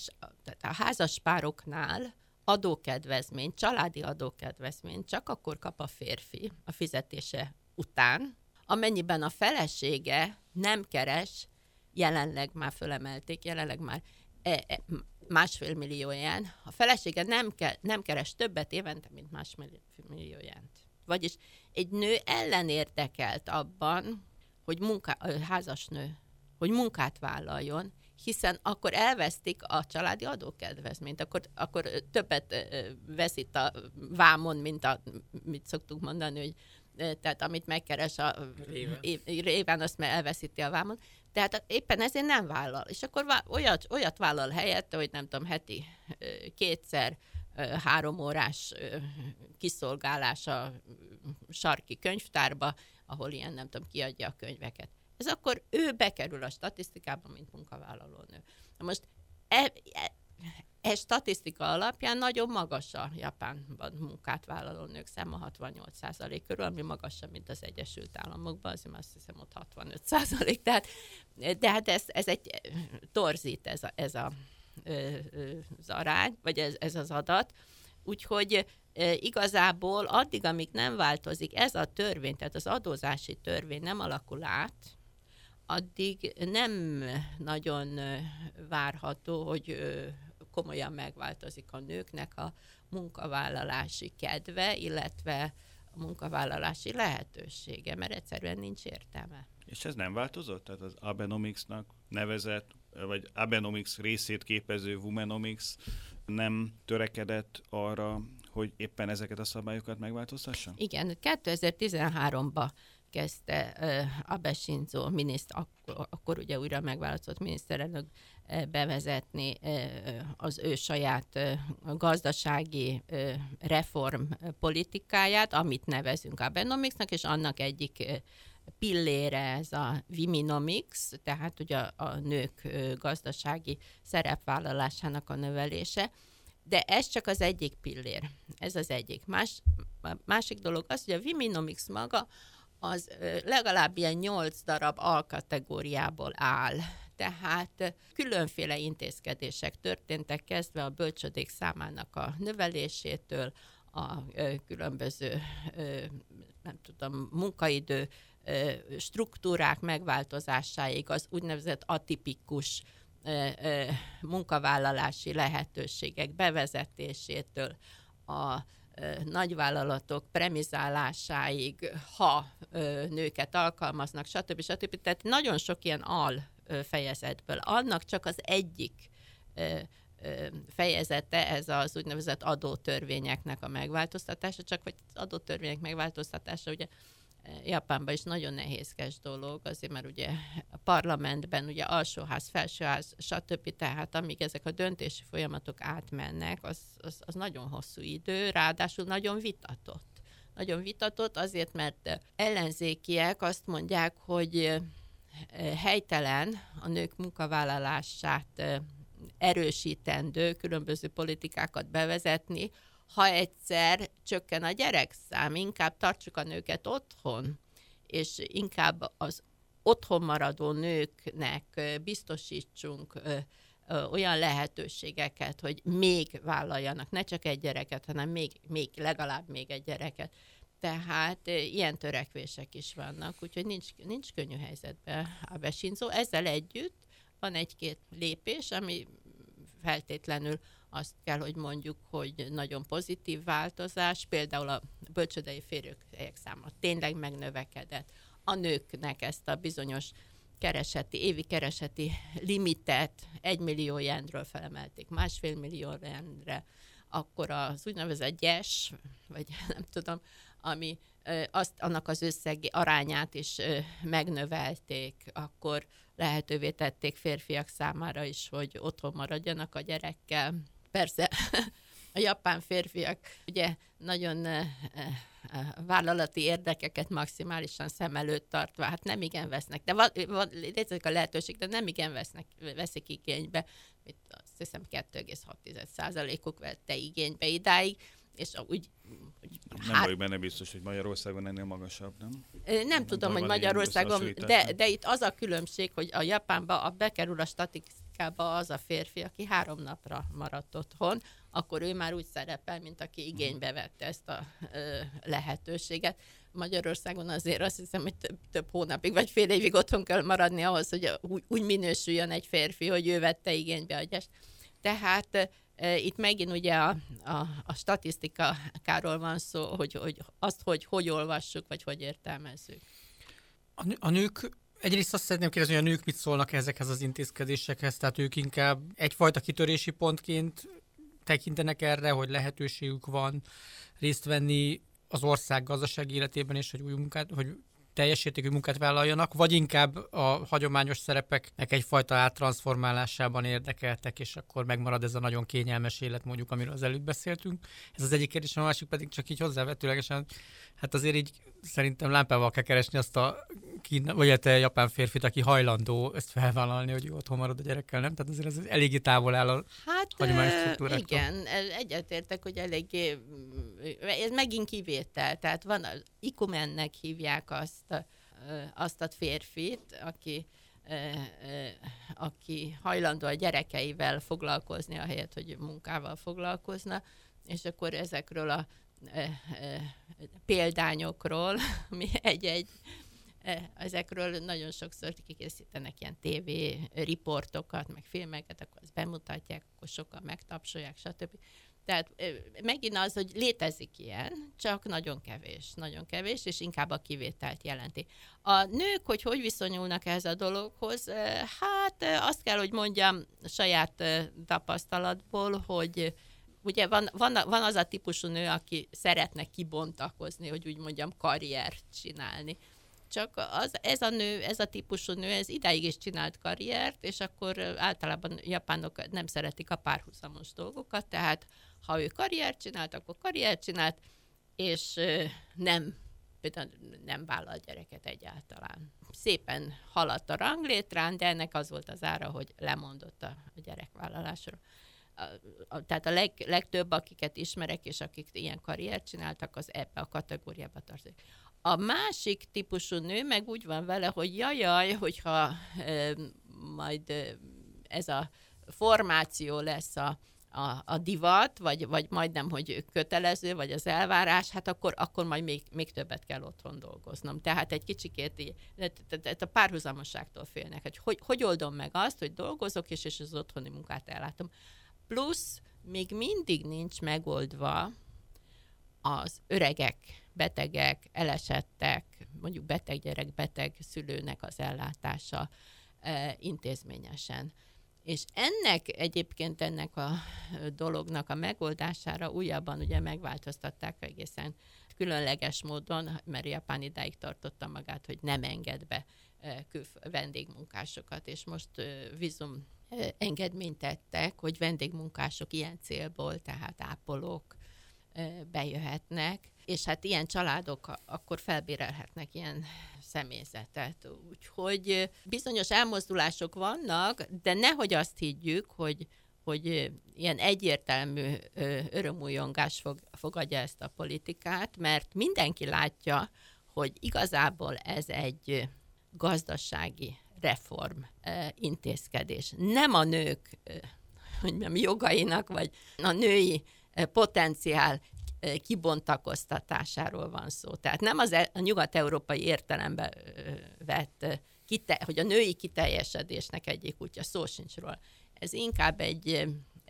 házas pároknál adókedvezményt, családi adókedvezményt csak akkor kap a férfi a fizetése után, amennyiben a felesége nem keres, jelenleg már fölemelték, jelenleg már 1,5 millió jen. A felesége nem keres többet évente, mint 1,5 millió jent. Vagyis egy nő ellenérdekelt abban, hogy házasnő, hogy munkát vállaljon, hiszen akkor elvesztik a családi adókedvezményt, akkor többet veszít a vámon, mint mit szoktuk mondani, hogy tehát amit megkeres a réven, azt elveszíti a vámon. Tehát éppen ezért nem vállal. És akkor olyat vállal helyette, hogy nem tudom, heti 2-szer 3 órás kiszolgálás a sarki könyvtárba, ahol ilyen nem tudom, kiadja a könyveket. Ez akkor ő bekerül a statisztikába, mint munkavállaló nő. Na most statisztika alapján nagyon magas a Japánban munkát vállaló nők száma 68% körül, ami magasabb, mint az Egyesült Államokban, azért azt hiszem ott 65%. De hát ez egy torzít ez az arány, vagy ez az adat. Úgyhogy igazából addig, amíg nem változik ez a törvény, tehát az adózási törvény nem alakul át, addig nem nagyon várható, hogy komolyan megváltozik a nőknek a munkavállalási kedve, illetve munkavállalási lehetősége, mert egyszerűen nincs értelme. És ez nem változott? Tehát az Abenomicsnak nevezett, vagy Abenomics részét képező Womenomics nem törekedett arra, hogy éppen ezeket a szabályokat megváltoztassa? Igen, 2013-ban kezdte Abe Shinzo akkor ugye újra megválasztott miniszterelnök bevezetni az ő saját gazdasági reform politikáját, amit nevezünk Abenomicsnak, és annak egyik pillére ez a Womenomics, tehát ugye a nők gazdasági szerepvállalásának a növelése, de ez csak az egyik pillér. Ez az egyik. Másik dolog az, hogy a Womenomics maga az legalább ilyen 8 darab alkategóriából áll. Tehát különféle intézkedések történtek, kezdve a bölcsödék számának a növelésétől, a különböző munkaidő struktúrák megváltozásáig, az úgynevezett atipikus munkavállalási lehetőségek bevezetésétől, a nagyvállalatok premizálásáig, ha nőket alkalmaznak, stb. Tehát nagyon sok ilyen fejezetből. Annak csak az egyik fejezete, ez az úgynevezett adótörvényeknek a megváltoztatása, csak hogy az adótörvények megváltoztatása ugye Japánban is nagyon nehézkes dolog, azért mert ugye a parlamentben ugye alsóház, felsőház, stb. Tehát amíg ezek a döntési folyamatok átmennek, az nagyon hosszú idő, ráadásul nagyon vitatott. Nagyon vitatott azért, mert ellenzékiek azt mondják, hogy helytelen a nők munkavállalását erősítendő különböző politikákat bevezetni, ha egyszer csökken a gyerekszám, inkább tartsuk a nőket otthon, és inkább az otthon maradó nőknek biztosítsunk olyan lehetőségeket, hogy még vállaljanak, ne csak egy gyereket, hanem legalább még egy gyereket. Tehát ilyen törekvések is vannak, úgyhogy nincs könnyű helyzetben Abe Shinzo. Ezzel együtt van egy-két lépés, ami feltétlenül azt kell, hogy mondjuk, hogy nagyon pozitív változás, például a bölcsődei férőhelyek száma tényleg megnövekedett. A nőknek ezt a bizonyos évi kereseti limitet 1 millió jenről felemelték 1,5 millió jenre, akkor az úgynevezett gyes, vagy nem tudom, ami annak az összegi arányát is megnövelték, akkor lehetővé tették férfiak számára is, hogy otthon maradjanak a gyerekkel. Persze a japán férfiak ugye nagyon vállalati érdekeket maximálisan szem előtt tartva, hát nem igen vesznek, de létezik a lehetőség, de nem igen veszik igénybe, azt hiszem 2,6%-uk vette igénybe idáig, és úgy... Nem vagyok benne biztos, hogy Magyarországon ennél magasabb, nem? Nem tudom, hogy Magyarországon, de itt az a különbség, hogy a Japánba bekerül a statisztikába az a férfi, aki 3 napra maradt otthon, akkor ő már úgy szerepel, mint aki igénybe vette ezt a lehetőséget. Magyarországon azért azt hiszem, hogy több hónapig vagy fél évig otthon kell maradni ahhoz, hogy úgy minősüljön egy férfi, hogy ő vette igénybe a gyest. Tehát itt megint ugye a statisztikáról van szó, hogy olvassuk, vagy hogy értelmezzük. A nők, egyrészt azt szeretném kérdezni, hogy a nők mit szólnak ezekhez az intézkedésekhez, tehát ők inkább egyfajta kitörési pontként tekintenek erre, hogy lehetőségük van részt venni az ország gazdasági életében, és hogy teljes értékű munkát vállaljanak, vagy inkább a hagyományos szerepeknek egyfajta áttranszformálásában érdekeltek, és akkor megmarad ez a nagyon kényelmes élet, mondjuk, amiről az előbb beszéltünk. Ez az egyik kérdés, a másik pedig csak így hozzávetőlegesen, hát azért így szerintem lámpával kell keresni azt a japán férfit, aki hajlandó ezt felvállalni, hogy otthon marad a gyerekkel, nem? Tehát azért ez eléggé távol áll a hagyományos struktúráktól. Igen, egyetértek, hogy eléggé, ez megint kivétel, tehát van, ikumennek hívják azt a férfit, aki hajlandó a gyerekeivel foglalkozni, ahelyett, hogy munkával foglalkozna, és akkor ezekről a példányokról, ezekről nagyon sokszor kikészítenek ilyen TV riportokat, meg filmeket, akkor azt bemutatják, akkor sokan megtapsolják, stb. Tehát megint az, hogy létezik ilyen, csak nagyon kevés, és inkább a kivételt jelenti. A nők, hogy viszonyulnak ehhez a dologhoz, hát azt kell, hogy mondjam saját tapasztalatból, hogy ugye van az a típusú nő, aki szeretne kibontakozni, hogy úgy mondjam, karriert csinálni. Csak ez a típusú nő, ez idáig is csinált karriert, és akkor általában japánok nem szeretik a párhuzamos dolgokat, tehát ha ő karriert csinált, akkor karriert csinált, és például nem vállal gyereket egyáltalán. Szépen haladt a ranglétrán, de ennek az volt az ára, hogy lemondott a gyerekvállalásról. Tehát a legtöbb, akiket ismerek, és akik ilyen karriert csináltak, az ebbe a kategóriába tartozik. A másik típusú nő meg úgy van vele, hogy jajjaj, hogyha majd ez a formáció lesz a divat, vagy majdnem, hogy kötelező, vagy az elvárás, hát akkor majd még többet kell otthon dolgoznom. Tehát egy kicsikét a párhuzamosságtól félnek. Hogy oldom meg azt, hogy dolgozok, és az otthoni munkát ellátom. Plusz még mindig nincs megoldva az öregek, betegek, elesettek, mondjuk beteg gyerek, beteg szülőnek az ellátása intézményesen. És ennek a dolognak a megoldására újabban ugye megváltoztatták egészen különleges módon, mert Japán idáig tartotta magát, hogy nem enged be vendégmunkásokat, és most vízum engedményt tettek, hogy vendégmunkások ilyen célból, tehát ápolók bejöhetnek, és hát ilyen családok akkor felbérelhetnek ilyen személyzetet. Úgyhogy bizonyos elmozdulások vannak, de nehogy azt higgyük, hogy ilyen egyértelmű örömújongás fogadja ezt a politikát, mert mindenki látja, hogy igazából ez egy gazdasági reform intézkedés. Nem a nők jogainak, vagy a női potenciál kibontakoztatásáról van szó. Tehát nem a nyugat-európai értelemben vett, hogy a női kiteljesedésnek egyik útja, szó sincs róla. Ez inkább egy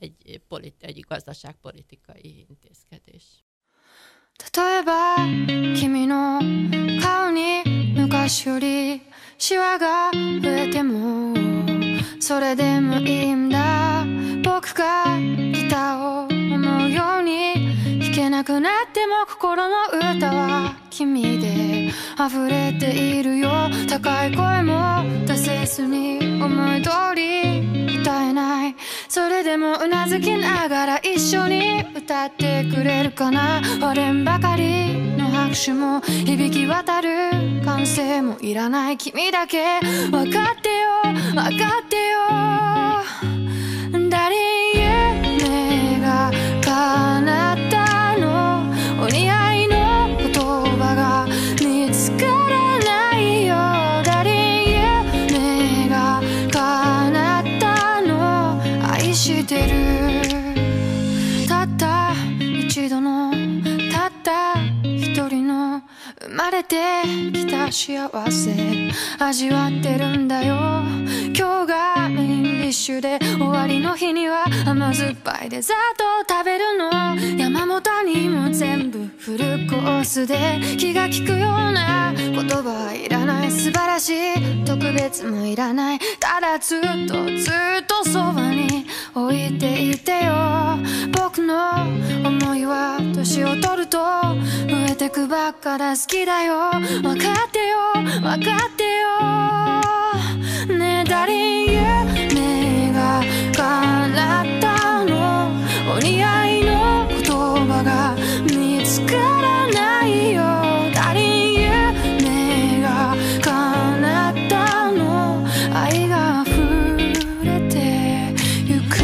gazdaságpolitikai intézkedés. 例えば君の顔に昔よりシワが増えてもそれでもいいんだ僕がギターを思うように弾けなくなっても心の歌は君で溢れているよ高い声も出せずに思い通り歌えないそれでもうなずきながら一緒に歌ってくれるかな割れんばかりの拍手も響き渡る歓声もいらない君だけ分かってよ分かってよ誰夢が叶ったのお似合いの言葉が見つからないよ誰夢が叶ったの愛してるたった一度のたった一人の生まれてきた幸せ味わってるんだよ今日がメインディッシュで終わりの日には甘酸っぱいデザートを食べるの山本にも全部フルコースで気が利くような言葉はいらない素晴らしい特別もいらないただずっとそばに置いていてよ僕の思いは年を取ると増えてくばっかだ好きだよ分かってよ分かってよねえ誰夢が叶ったのお似合いの言葉が見つからないよ誰夢が叶ったの愛が溢れてゆく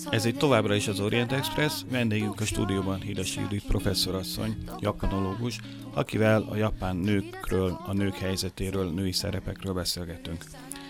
Ez itt továbbra is az Orient Express, vendégünk a stúdióban Hidesi Judit professzorasszony, japanológus, akivel a japán nőkről, a nők helyzetéről, női szerepekről beszélgetünk.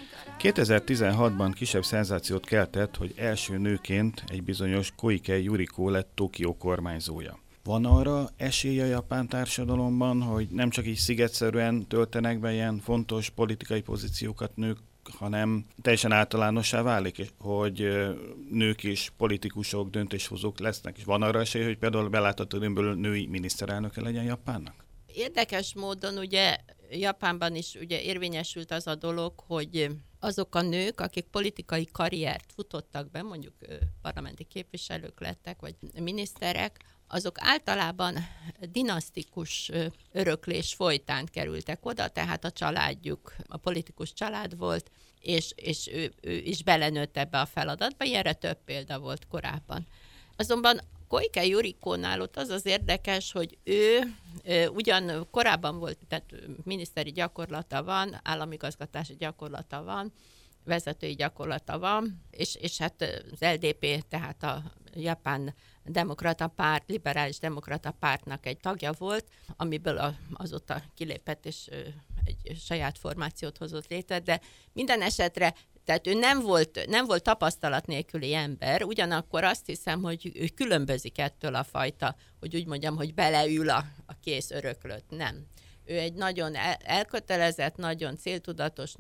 2016-ban kisebb szenzációt keltett, hogy első nőként egy bizonyos Koike Yuriko lett Tokió kormányzója. Van arra esély a japán társadalomban, hogy nem csak így szigetszerűen töltenek be ilyen fontos politikai pozíciókat nők, hanem teljesen általánossá válik, hogy nők is politikusok, döntéshozók lesznek, és van arra esély, hogy például belátható önből női miniszterelnöke legyen Japánnak? Érdekes módon ugye Japánban is ugye érvényesült az a dolog, hogy azok a nők, akik politikai karriert futottak be, mondjuk parlamenti képviselők lettek, vagy miniszterek, azok általában dinasztikus öröklés folytán kerültek oda, tehát a családjuk, a politikus család volt, és ő is belenőtt ebbe a feladatba, ilyenre több példa volt korábban. Azonban Koike Yurikónál ott az érdekes, hogy ő ugyan korábban volt, tehát miniszteri gyakorlata van, államigazgatási gyakorlata van, vezetői gyakorlata van, és hát az LDP, tehát a japán demokrata párt, liberális demokrata pártnak egy tagja volt, amiből azóta kilépett, és egy saját formációt hozott létre, de minden esetre, tehát ő nem volt tapasztalat nélküli ember, ugyanakkor azt hiszem, hogy ő különbözik ettől a fajta, hogy úgy mondjam, hogy beleül a kész öröklött. Nem. Ő egy nagyon elkötelezett, nagyon céltudatos,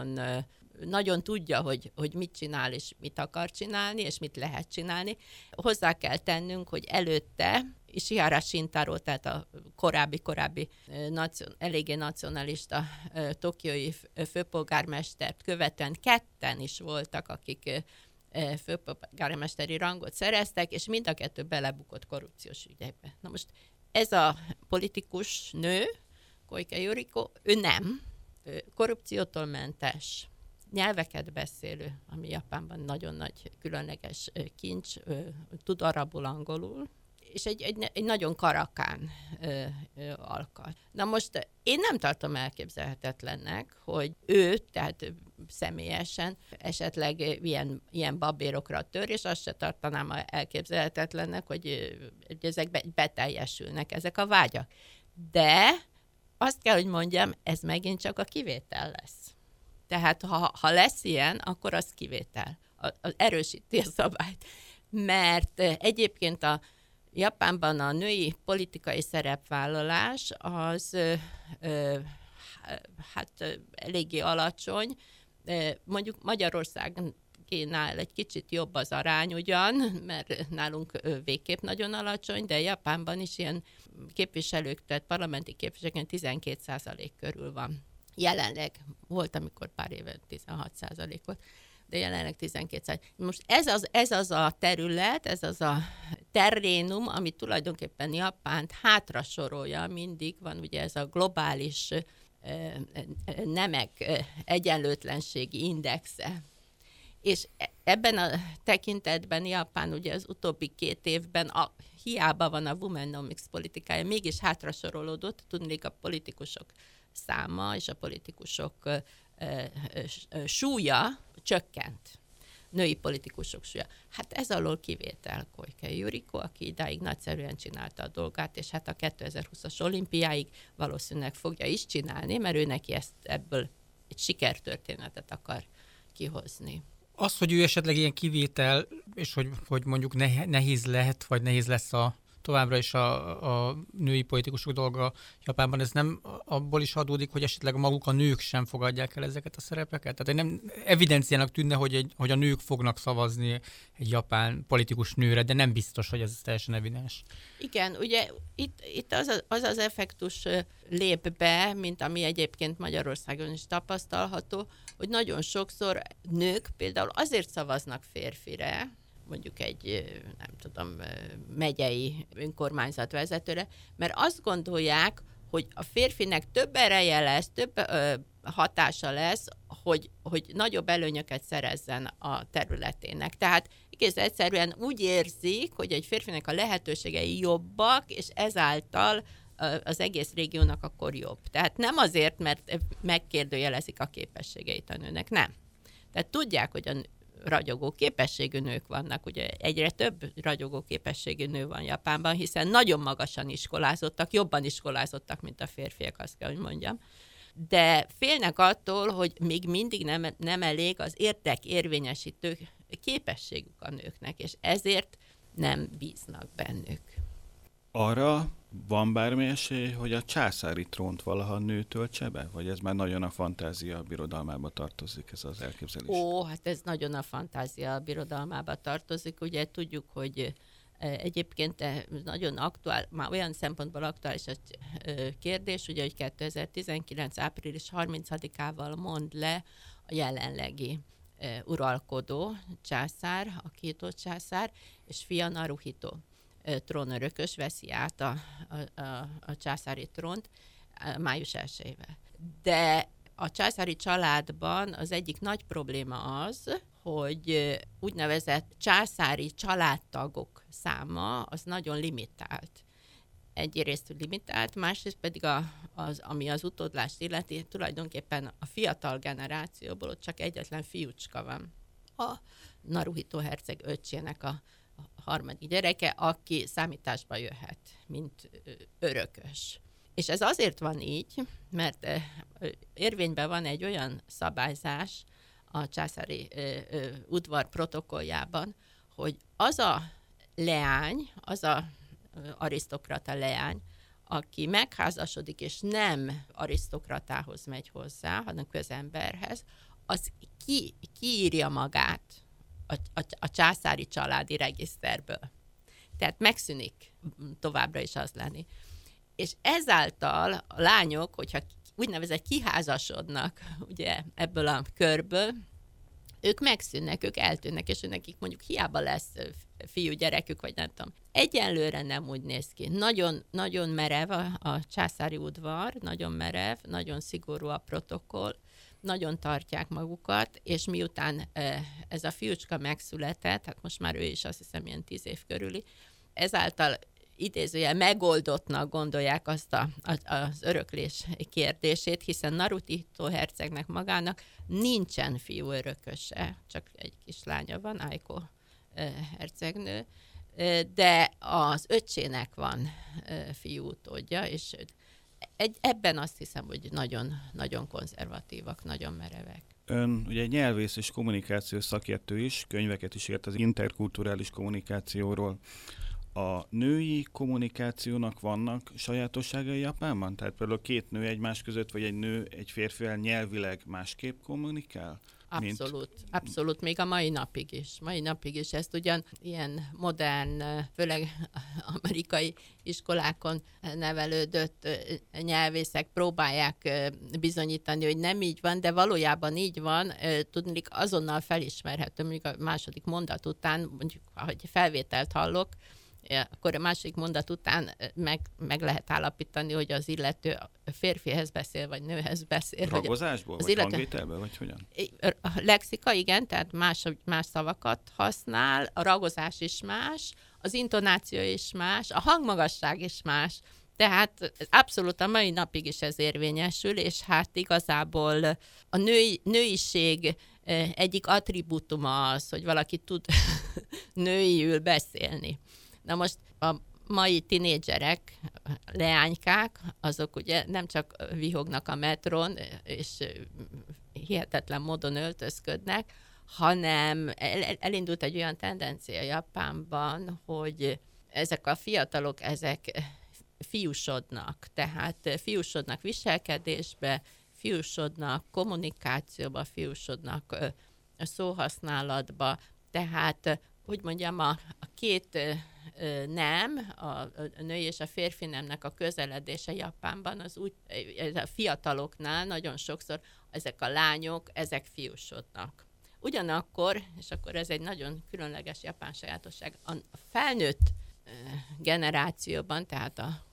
nagyon tudja, hogy mit csinál, és mit akar csinálni, és mit lehet csinálni. Hozzá kell tennünk, hogy előtte Ishihara Shintaro, tehát a korábbi eléggé nacionalista tokiói főpolgármestert követően ketten is voltak, akik főpolgármesteri rangot szereztek, és mind a kettő belebukott korrupciós ügyekbe. Na most ez a politikus nő, Koike Yuriko, ő nem, korrupciótól mentes, nyelveket beszélő, ami Japánban nagyon nagy különleges kincs, tud arabul, angolul, és egy nagyon karakán alkat. Na most én nem tartom elképzelhetetlennek, hogy ő, tehát személyesen esetleg ilyen babérokra tör, és azt se tartanám elképzelhetetlennek, hogy ezek beteljesülnek, ezek a vágyak. De azt kell, hogy mondjam, ez megint csak a kivétel lesz. Tehát ha lesz ilyen, akkor az kivétel. Az erősíti a szabályt. Mert egyébként a Japánban a női politikai szerepvállalás az eléggé alacsony. Mondjuk Magyarországnál egy kicsit jobb az arány ugyan, mert nálunk végképp nagyon alacsony, de Japánban is ilyen képviselők, tehát parlamenti képviselők 12% körül van. Jelenleg volt, amikor pár éve 16% volt, de jelenleg 12%. Most ez az a terület, ez az a terrénum, ami tulajdonképpen Japánt hátra sorolja, mindig van ugye ez a globális nemek egyenlőtlenségi indexe. És ebben a tekintetben Japán ugye az utóbbi 2 évben hiába van a Womenomics politikája, mégis hátra sorolódott, tudnék a politikusok száma és a politikusok súlya csökkent. Női politikusok súlya. Hát ez alól kivétel Koike Yuriko, aki idáig nagyszerűen csinálta a dolgát, és hát a 2020-as olimpiáig valószínűleg fogja is csinálni, mert ő neki ebből egy sikertörténetet akar kihozni. Az, hogy ő esetleg ilyen kivétel, és hogy mondjuk nehéz lehet, vagy nehéz lesz továbbra is a női politikusok dolga Japánban, ez nem abból is adódik, hogy esetleg maguk a nők sem fogadják el ezeket a szerepeket? Tehát nem evidenciának tűnne, hogy a nők fognak szavazni egy japán politikus nőre, de nem biztos, hogy ez teljesen evidens. Igen, ugye itt az effektus lép be, mint ami egyébként Magyarországon is tapasztalható, hogy nagyon sokszor nők például azért szavaznak férfire, mondjuk egy, nem tudom, megyei önkormányzat vezetőre, mert azt gondolják, hogy a férfinek több ereje lesz, több hatása lesz, hogy nagyobb előnyöket szerezzen a területének. Tehát egész egyszerűen úgy érzik, hogy egy férfinek a lehetőségei jobbak, és ezáltal az egész régiónak akkor jobb. Tehát nem azért, mert megkérdőjelezik a képességeit a nőnek, nem. Tehát tudják, hogy ragyogó képességű nők vannak. Ugye egyre több ragyogó képességű nő van Japánban, hiszen nagyon magasan iskolázottak, jobban iskolázottak, mint a férfiak, azt kell, hogy mondjam. De félnek attól, hogy még mindig nem elég az érdekérvényesítő képességük a nőknek, és ezért nem bíznak bennük. Arra van bármi esély, hogy a császári trónt valaha nő töltse be? Vagy ez már nagyon a fantázia birodalmába tartozik, ez az elképzelés? Hát ez nagyon a fantázia birodalmába tartozik. Ugye tudjuk, hogy egyébként nagyon aktuál, már olyan szempontból aktuális a kérdés, ugye, hogy 2019. április 30-ával mond le a jelenlegi uralkodó császár, a Kihito császár, és fia Naruhito trónörökös veszi át a császári trónt május 1-ével. De a császári családban az egyik nagy probléma az, hogy úgynevezett császári családtagok száma az nagyon limitált. Egyrészt limitált, másrészt pedig ami az utódlást illeti, tulajdonképpen a fiatal generációból ott csak egyetlen fiúcska van. A Naruhito herceg öccsének a harmadik gyereke, aki számításba jöhet, mint örökös. És ez azért van így, mert érvényben van egy olyan szabályzás a császári udvar protokolljában, hogy az a leány, az a arisztokrata leány, aki megházasodik és nem arisztokratához megy hozzá, hanem közemberhez, az kiírja magát a császári családi regiszterből. Tehát megszűnik továbbra is az lenni. És ezáltal a lányok, hogyha úgynevezett kiházasodnak ugye, ebből a körből, ők megszűnnek, ők eltűnnek, és nekik mondjuk hiába lesz fiúgyerekük, vagy nem tudom. Egyenlőre nem úgy néz ki. Nagyon, nagyon merev a császári udvar, nagyon merev, nagyon szigorú a protokoll, nagyon tartják magukat, és miután ez a fiúcska megszületett, hát most már ő is azt hiszem ilyen 10 év körüli, ezáltal idézőjel megoldottnak gondolják azt az öröklés kérdését, kérdését, hiszen Naruhito hercegnek magának nincsen fiú örököse, csak egy kislánya van, Aiko hercegnő, de az öccsének van fiú utódja, és ebben azt hiszem, hogy nagyon, nagyon konzervatívak, nagyon merevek. Ön ugye nyelvész és kommunikációs szakértő is, könyveket is írt az interkulturális kommunikációról. A női kommunikációnak vannak sajátosságai Japánban? Tehát például két nő egymás között, vagy egy nő egy férfivel nyelvileg másképp kommunikál? Abszolút, még a mai napig is. Ezt ugyan ilyen modern, főleg amerikai iskolákon nevelődött nyelvészek próbálják bizonyítani, hogy nem így van, de valójában így van. Tudnék, azonnal felismerhető, mondjuk a második mondat után, mondjuk, ahogy felvételt hallok, akkor a második mondat után meg lehet állapítani, hogy az illető férfihez beszél, vagy nőhez beszél. Ragozásból, vagy hangvételből, vagy hogyan? A lexika, igen, tehát más szavakat használ, a ragozás is más, az intonáció is más, a hangmagasság is más. Tehát abszolút a mai napig is ez érvényesül, és hát igazából a nőiség egyik attribútuma az, hogy valaki tud nőiül beszélni. Na most a mai tinédzserek, leánykák, azok ugye nem csak vihognak a metrón, és hihetetlen módon öltözködnek, hanem elindult egy olyan tendencia Japánban, hogy ezek a fiatalok, ezek fiúsodnak, tehát fiúsodnak viselkedésbe, fiúsodnak kommunikációba, fiúsodnak szóhasználatba, tehát hogy mondjam, a két nem, a női és a férfi nemnek a közeledése Japánban, az úgy, a fiataloknál nagyon sokszor ezek a lányok, ezek fiúsodnak. Ugyanakkor, és akkor ez egy nagyon különleges japán sajátosság, a felnőtt generációban, tehát a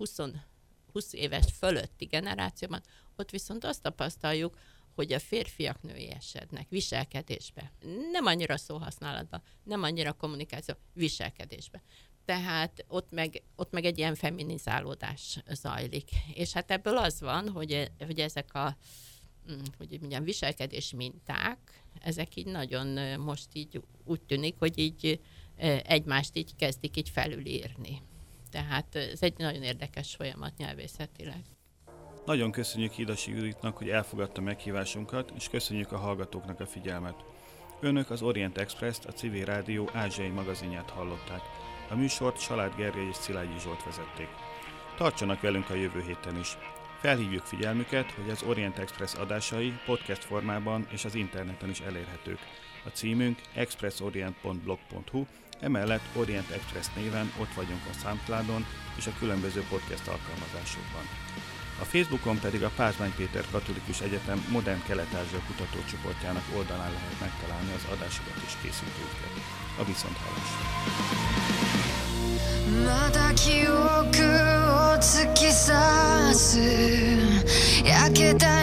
20 éves fölötti generációban, ott viszont azt tapasztaljuk, hogy a férfiak nőiesednek viselkedésbe. Nem annyira szóhasználatban, nem annyira kommunikáció, viselkedésbe. Tehát ott meg egy ilyen feminizálódás zajlik. És hát ebből az van, hogy ezek a hogy mondjam, viselkedés minták, ezek így nagyon most így úgy tűnik, hogy így egymást így kezdik így felülírni. Tehát ez egy nagyon érdekes folyamat nyelvészetileg. Nagyon köszönjük Hidasi Juditnak, hogy elfogadta meghívásunkat, és köszönjük a hallgatóknak a figyelmet. Önök az Orient Express-t, a Civil Rádió ázsiai magazinját hallották. A műsort Salád Gergely és Szilágyi Zsolt vezették. Tartsanak velünk a jövő héten is. Felhívjuk figyelmüket, hogy az Orient Express adásai podcast formában és az interneten is elérhetők. A címünk expressorient.blog.hu, emellett Orient Express néven ott vagyunk a SoundCloudon és a különböző podcast alkalmazásokban. A Facebookon pedig a Pázmány Péter Katolikus Egyetem Modern Kelet-Ázsia kutatócsoportjának oldalán lehet megtalálni az adásokat és készítőket. A viszonthallásra! また記憶を突き刺す焼けた